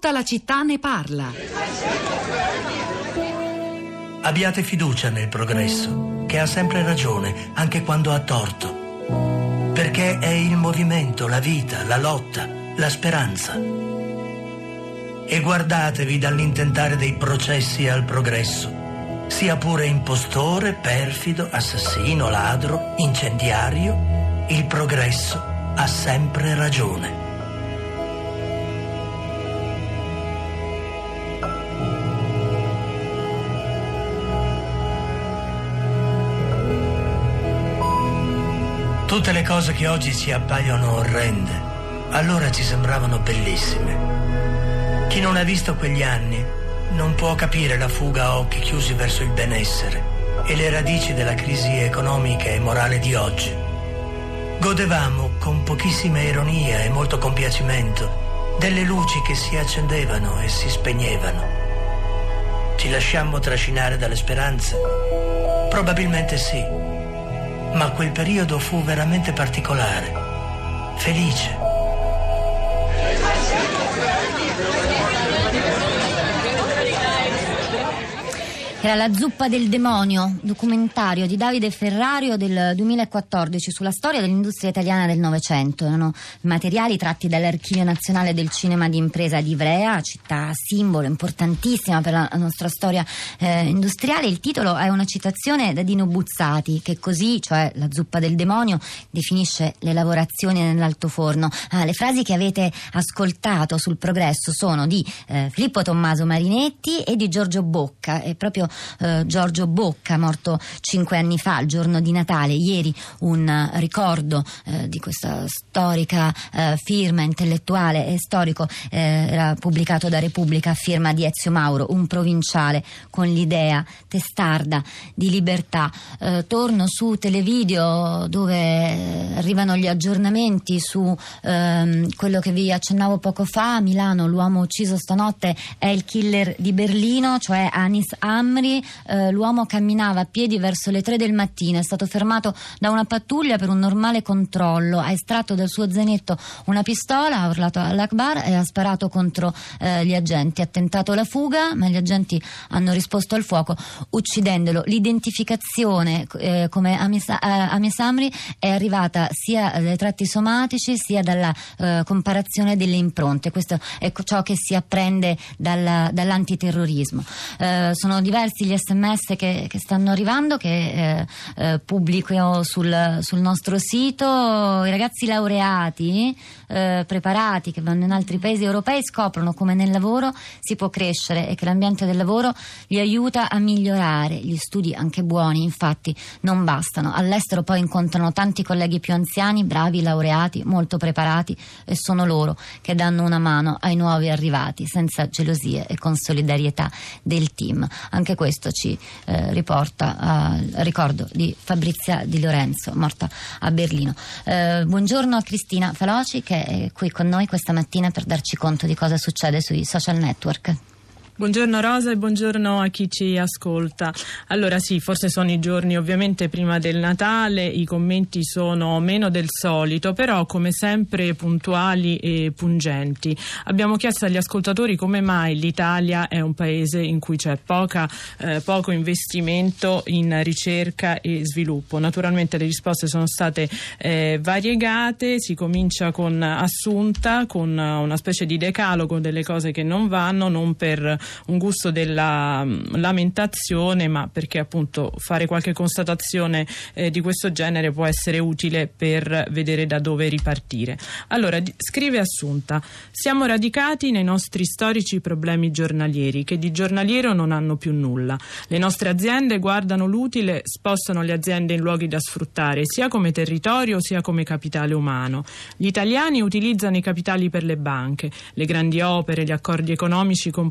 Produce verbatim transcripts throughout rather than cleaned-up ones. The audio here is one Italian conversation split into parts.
Tutta la città ne parla. Abbiate fiducia nel progresso, che ha sempre ragione, anche quando ha torto. Perché è il movimento, la vita, la lotta, la speranza. E guardatevi dall'intentare dei processi al progresso, sia pure impostore, perfido, assassino, ladro, incendiario, il progresso ha sempre ragione. Tutte le cose che oggi ci appaiono orrende, allora ci sembravano bellissime. Chi non ha visto quegli anni non può capire la fuga a occhi chiusi verso il benessere e le radici della crisi economica e morale di oggi. Godevamo con pochissima ironia e molto compiacimento delle luci che si accendevano e si spegnevano. Ci lasciammo trascinare dalle speranze? Probabilmente sì. Ma quel periodo fu veramente particolare, felice. Era La zuppa del demonio, documentario di Davide Ferrario del duemilaquattordici sulla storia dell'industria italiana del Novecento. Erano materiali tratti dall'Archivio Nazionale del Cinema di Impresa di Ivrea, città simbolo importantissima per la nostra storia eh, industriale. Il titolo è una citazione da Dino Buzzati, che così, cioè La zuppa del demonio, definisce le lavorazioni nell'altoforno. Ah, le frasi che avete ascoltato sul progresso sono di eh, Filippo Tommaso Marinetti e di Giorgio Bocca. È proprio Uh, Giorgio Bocca, morto cinque anni fa, il giorno di Natale. Ieri un uh, ricordo uh, di questa storica uh, firma intellettuale e storico uh, era pubblicato da Repubblica a firma di Ezio Mauro, un provinciale con l'idea testarda di libertà. Uh, torno su Televideo, dove arrivano gli aggiornamenti su uh, quello che vi accennavo poco fa. A Milano l'uomo ucciso stanotte è il killer di Berlino, cioè Anis Amri. Eh, l'uomo camminava a piedi verso le tre del mattino, è stato fermato da una pattuglia per un normale controllo, ha estratto dal suo zainetto una pistola, ha urlato all'Akbar e ha sparato contro eh, gli agenti. Ha tentato la fuga, ma gli agenti hanno risposto al fuoco uccidendolo. L'identificazione eh, come Amis, eh, Amis Amri è arrivata sia dai tratti somatici sia dalla eh, comparazione delle impronte. Questo è ciò che si apprende dalla, dall'antiterrorismo. Eh, sono diversi gli sms che, che stanno arrivando, che eh, eh, pubblico sul, sul nostro sito. I ragazzi laureati eh, preparati che vanno in altri paesi europei scoprono come nel lavoro si può crescere e che l'ambiente del lavoro li aiuta a migliorare. Gli studi, anche buoni, infatti non bastano. All'estero poi incontrano tanti colleghi più anziani, bravi, laureati, molto preparati, e sono loro che danno una mano ai nuovi arrivati senza gelosie e con solidarietà del team. Anche questo ci eh, riporta al ricordo di Fabrizia Di Lorenzo, morta a Berlino. Eh, buongiorno a Cristina Faloci, che è qui con noi questa mattina per darci conto di cosa succede sui social network. Buongiorno Rosa e buongiorno a chi ci ascolta. Allora sì, forse sono i giorni ovviamente prima del Natale, i commenti sono meno del solito, però come sempre puntuali e pungenti. Abbiamo chiesto agli ascoltatori come mai l'Italia è un paese in cui c'è poca, eh, poco investimento in ricerca e sviluppo. Naturalmente le risposte sono state eh, variegate. Si comincia con Assunta, con una specie di decalogo delle cose che non vanno, non per un gusto della um, lamentazione, ma perché appunto fare qualche constatazione eh, di questo genere può essere utile per vedere da dove ripartire. Allora, d- scrive Assunta: siamo radicati nei nostri storici problemi giornalieri, che di giornaliero non hanno più nulla. Le nostre aziende guardano l'utile, spostano le aziende in luoghi da sfruttare, sia come territorio sia come capitale umano. Gli italiani utilizzano i capitali per le banche, le grandi opere, gli accordi economici con paesi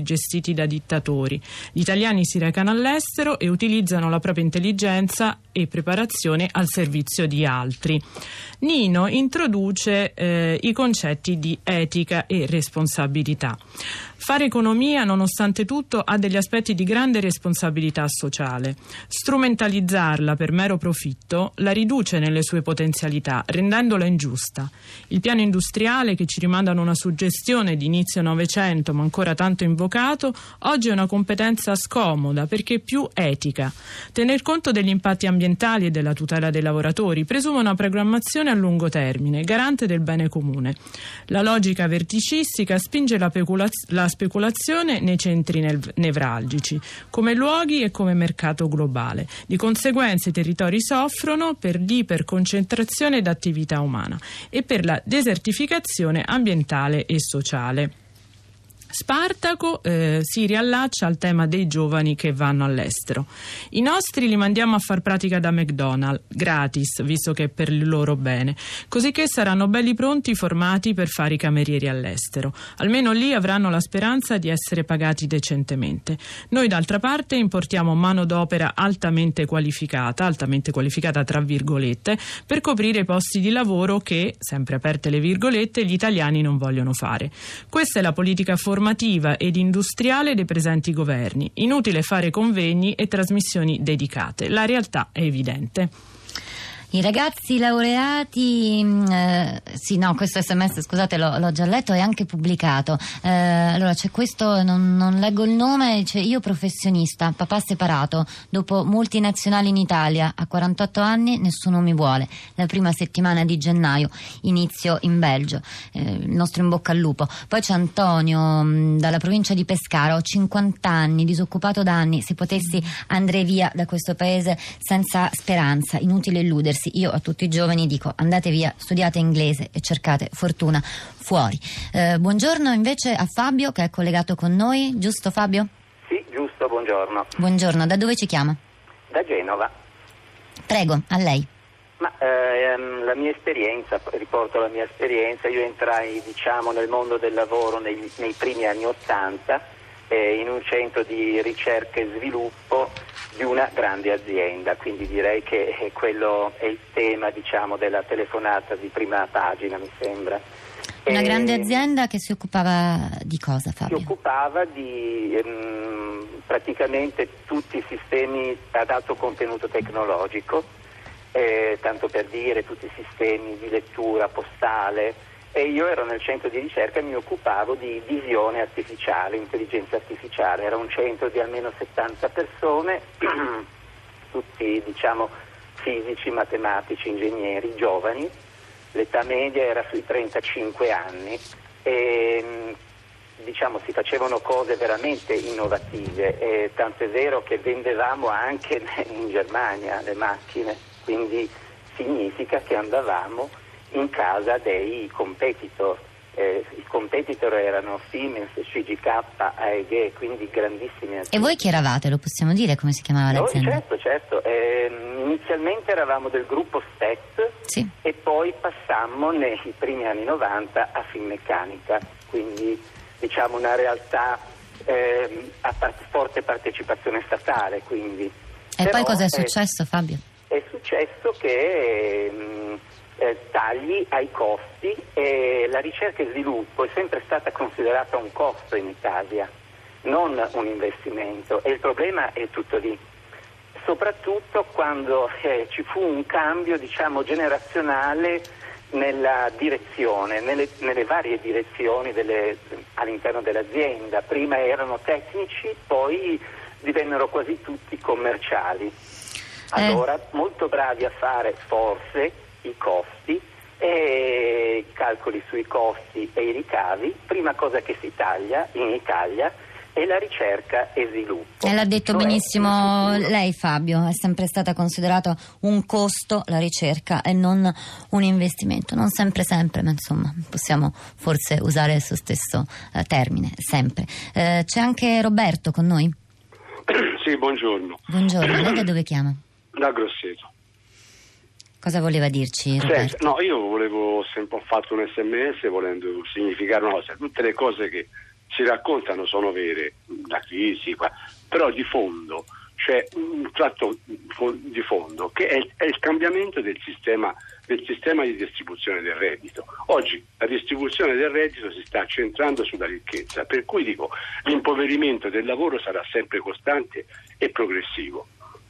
gestiti da dittatori. Gli italiani si recano all'estero e utilizzano la propria intelligenza e preparazione al servizio di altri. Nino introduce eh, i concetti di etica e responsabilità. Fare economia, nonostante tutto, ha degli aspetti di grande responsabilità sociale. Strumentalizzarla per mero profitto la riduce nelle sue potenzialità, rendendola ingiusta. Il piano industriale, che ci rimanda a una suggestione di inizio Novecento, ma ancora tanto invocato, oggi è una competenza scomoda perché più etica. Tener conto degli impatti ambientali e della tutela dei lavoratori presume una programmazione a lungo termine, garante del bene comune. La logica verticistica spinge la, peculaz- la speculazione nei centri nev- nevralgici, come luoghi e come mercato globale. Di conseguenza i territori soffrono per l'iperconcentrazione d'attività umana e per la desertificazione ambientale e sociale. Spartaco eh, si riallaccia al tema dei giovani che vanno all'estero. I nostri li mandiamo a far pratica da McDonald's, gratis, visto che è per il loro bene, così che saranno belli pronti, formati per fare i camerieri all'estero. Almeno lì avranno la speranza di essere pagati decentemente. Noi d'altra parte importiamo manodopera altamente qualificata, altamente qualificata tra virgolette, per coprire i posti di lavoro che, sempre aperte le virgolette, gli italiani non vogliono fare. Questa è la politica formativa formativa ed industriale dei presenti governi. Inutile fare convegni e trasmissioni dedicate. La realtà è evidente. I ragazzi laureati, eh, sì no, questo sms scusate l'ho, l'ho già letto, è anche pubblicato. Eh, allora c'è questo, non, non leggo il nome, dice: io professionista, papà separato, dopo multinazionali in Italia, a quarantotto anni nessuno mi vuole. La prima settimana di gennaio inizio in Belgio. Eh, il nostro in bocca al lupo. Poi c'è Antonio mh, dalla provincia di Pescara, ho cinquanta anni, disoccupato da anni, se potessi andrei via da questo paese senza speranza, inutile illudersi. Io a tutti i giovani dico: andate via, studiate inglese e cercate fortuna fuori. Eh, buongiorno invece a Fabio, che è collegato con noi, giusto Fabio? Sì, giusto, buongiorno. Buongiorno, da dove ci chiama? Da Genova. Prego, a lei. Ma ehm, la mia esperienza, riporto la mia esperienza, io entrai diciamo nel mondo del lavoro nei, nei primi anni Ottanta eh, in un centro di ricerca e sviluppo di una grande azienda, quindi direi che quello è il tema diciamo della telefonata di prima pagina, mi sembra. Una e grande azienda che si occupava di cosa, Fabio? Si occupava di ehm, praticamente tutti i sistemi ad alto contenuto tecnologico, eh, tanto per dire tutti i sistemi di lettura postale, e io ero nel centro di ricerca e mi occupavo di visione artificiale, intelligenza artificiale. Era un centro di almeno settanta persone, tutti diciamo fisici, matematici, ingegneri, giovani. L'età media era sui trentacinque anni e diciamo si facevano cose veramente innovative, e tanto è vero che vendevamo anche in Germania le macchine, quindi significa che andavamo in casa dei competitor. Eh, i competitor erano Siemens, C G K, A E G, quindi grandissime aziende. E voi chi eravate? Lo possiamo dire come si chiamava Noi, l'azienda? certo, certo. Eh, inizialmente eravamo del gruppo S T E T, sì. E poi passammo nei primi anni novanta a Finmeccanica, quindi diciamo una realtà eh, a part- forte partecipazione statale. Quindi. E Però, poi cosa è eh, successo, Fabio? È successo che mh, eh, tagli ai costi, e la ricerca e sviluppo è sempre stata considerata un costo in Italia, non un investimento, e il problema è tutto lì. Soprattutto quando eh, ci fu un cambio diciamo generazionale nella direzione, nelle, nelle varie direzioni delle, all'interno dell'azienda. Prima erano tecnici, poi divennero quasi tutti commerciali. Allora, eh. molto bravi a fare forse i costi e i calcoli sui costi e i ricavi. Prima cosa che si taglia in Italia è la ricerca e sviluppo. E l'ha detto cioè, benissimo lei, Fabio, è sempre stata considerata un costo la ricerca e non un investimento. Non sempre sempre, ma insomma possiamo forse usare il suo stesso eh, termine, sempre. Eh, c'è anche Roberto con noi? Sì, buongiorno. Buongiorno, lei da dove chiama? Da Grosseto. Cosa voleva dirci, Roberto? Sì, no, io volevo sempre ho fatto un sms volendo significare una cosa. Tutte le cose che si raccontano sono vere, la crisi, qua, però di fondo c'è un tratto di fondo che è il, è il cambiamento del sistema, del sistema di distribuzione del reddito. Oggi la distribuzione del reddito si sta centrando sulla ricchezza, per cui dico l'impoverimento del lavoro sarà sempre costante e progressivo.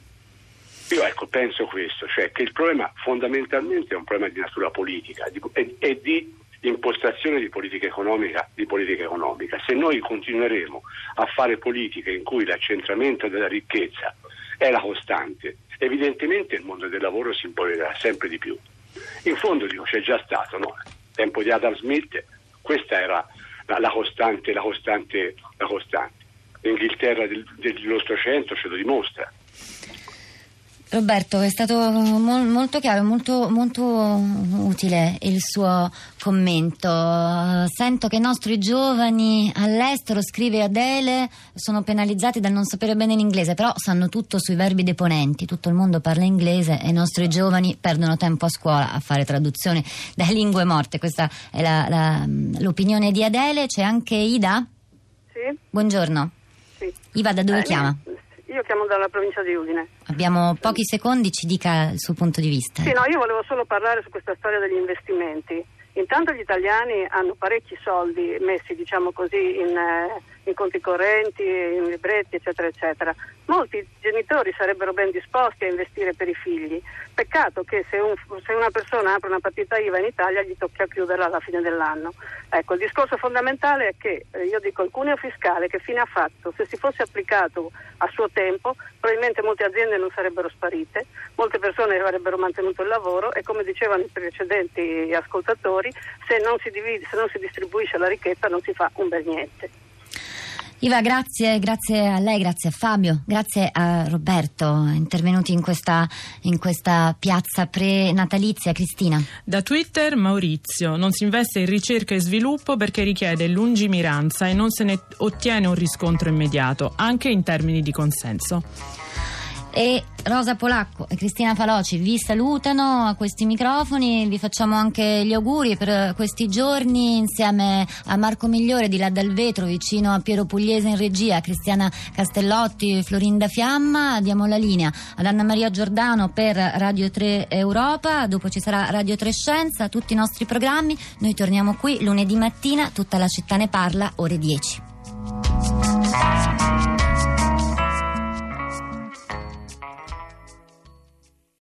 Io ecco penso questo, cioè che il problema fondamentalmente è un problema di natura politica e, e di impostazione di politica economica, di politica economica. Se noi continueremo a fare politiche in cui l'accentramento della ricchezza è la costante, evidentemente il mondo del lavoro si impoverirà sempre di più. In fondo dico c'è già stato, no? Tempo di Adam Smith, questa era la, la costante, la costante, la costante. L'Inghilterra del, dell'Ottocento ce lo dimostra. Roberto, è stato mo- molto chiaro, molto, molto utile il suo commento. Sento che i nostri giovani all'estero, scrive Adele, sono penalizzati dal non sapere bene l'inglese, però sanno tutto sui verbi deponenti, tutto il mondo parla inglese e i nostri giovani perdono tempo a scuola a fare traduzioni da lingue morte. Questa è la, la, l'opinione di Adele. C'è anche Ida? Sì. Buongiorno. Sì. Ida, da dove eh, chiama? Io chiamo dalla provincia di Udine. Abbiamo pochi secondi, ci dica il suo punto di vista. Sì, no, io volevo solo parlare su questa storia degli investimenti. Intanto gli italiani hanno parecchi soldi messi, diciamo così, in, eh, in conti correnti, in libretti, eccetera, eccetera. Molti genitori sarebbero ben disposti a investire per i figli. Peccato che se, un, se una persona apre una partita I V A in Italia gli tocca chiuderla alla fine dell'anno. Ecco, il discorso fondamentale è che, eh, io dico, il cuneo fiscale che fine ha fatto? Se si fosse applicato a suo tempo, probabilmente molte aziende non sarebbero sparite, molte persone avrebbero mantenuto il lavoro e, come dicevano i precedenti ascoltatori, se non si divide, se non si distribuisce la ricchezza non si fa un bel niente. Iva, grazie, grazie a lei, grazie a Fabio, grazie a Roberto, intervenuti in questa, in questa piazza pre-natalizia. Cristina. Da Twitter Maurizio: non si investe in ricerca e sviluppo perché richiede lungimiranza e non se ne ottiene un riscontro immediato, anche in termini di consenso. E Rosa Polacco e Cristina Faloci vi salutano a questi microfoni, vi facciamo anche gli auguri per questi giorni insieme a Marco Migliore di là dal vetro vicino a Piero Pugliese in regia, Cristiana Castellotti, Florinda Fiamma. Diamo la linea ad Anna Maria Giordano per Radio tre Europa, dopo ci sarà Radio tre Scienza, tutti i nostri programmi. Noi torniamo qui lunedì mattina, tutta la città ne parla, ore dieci.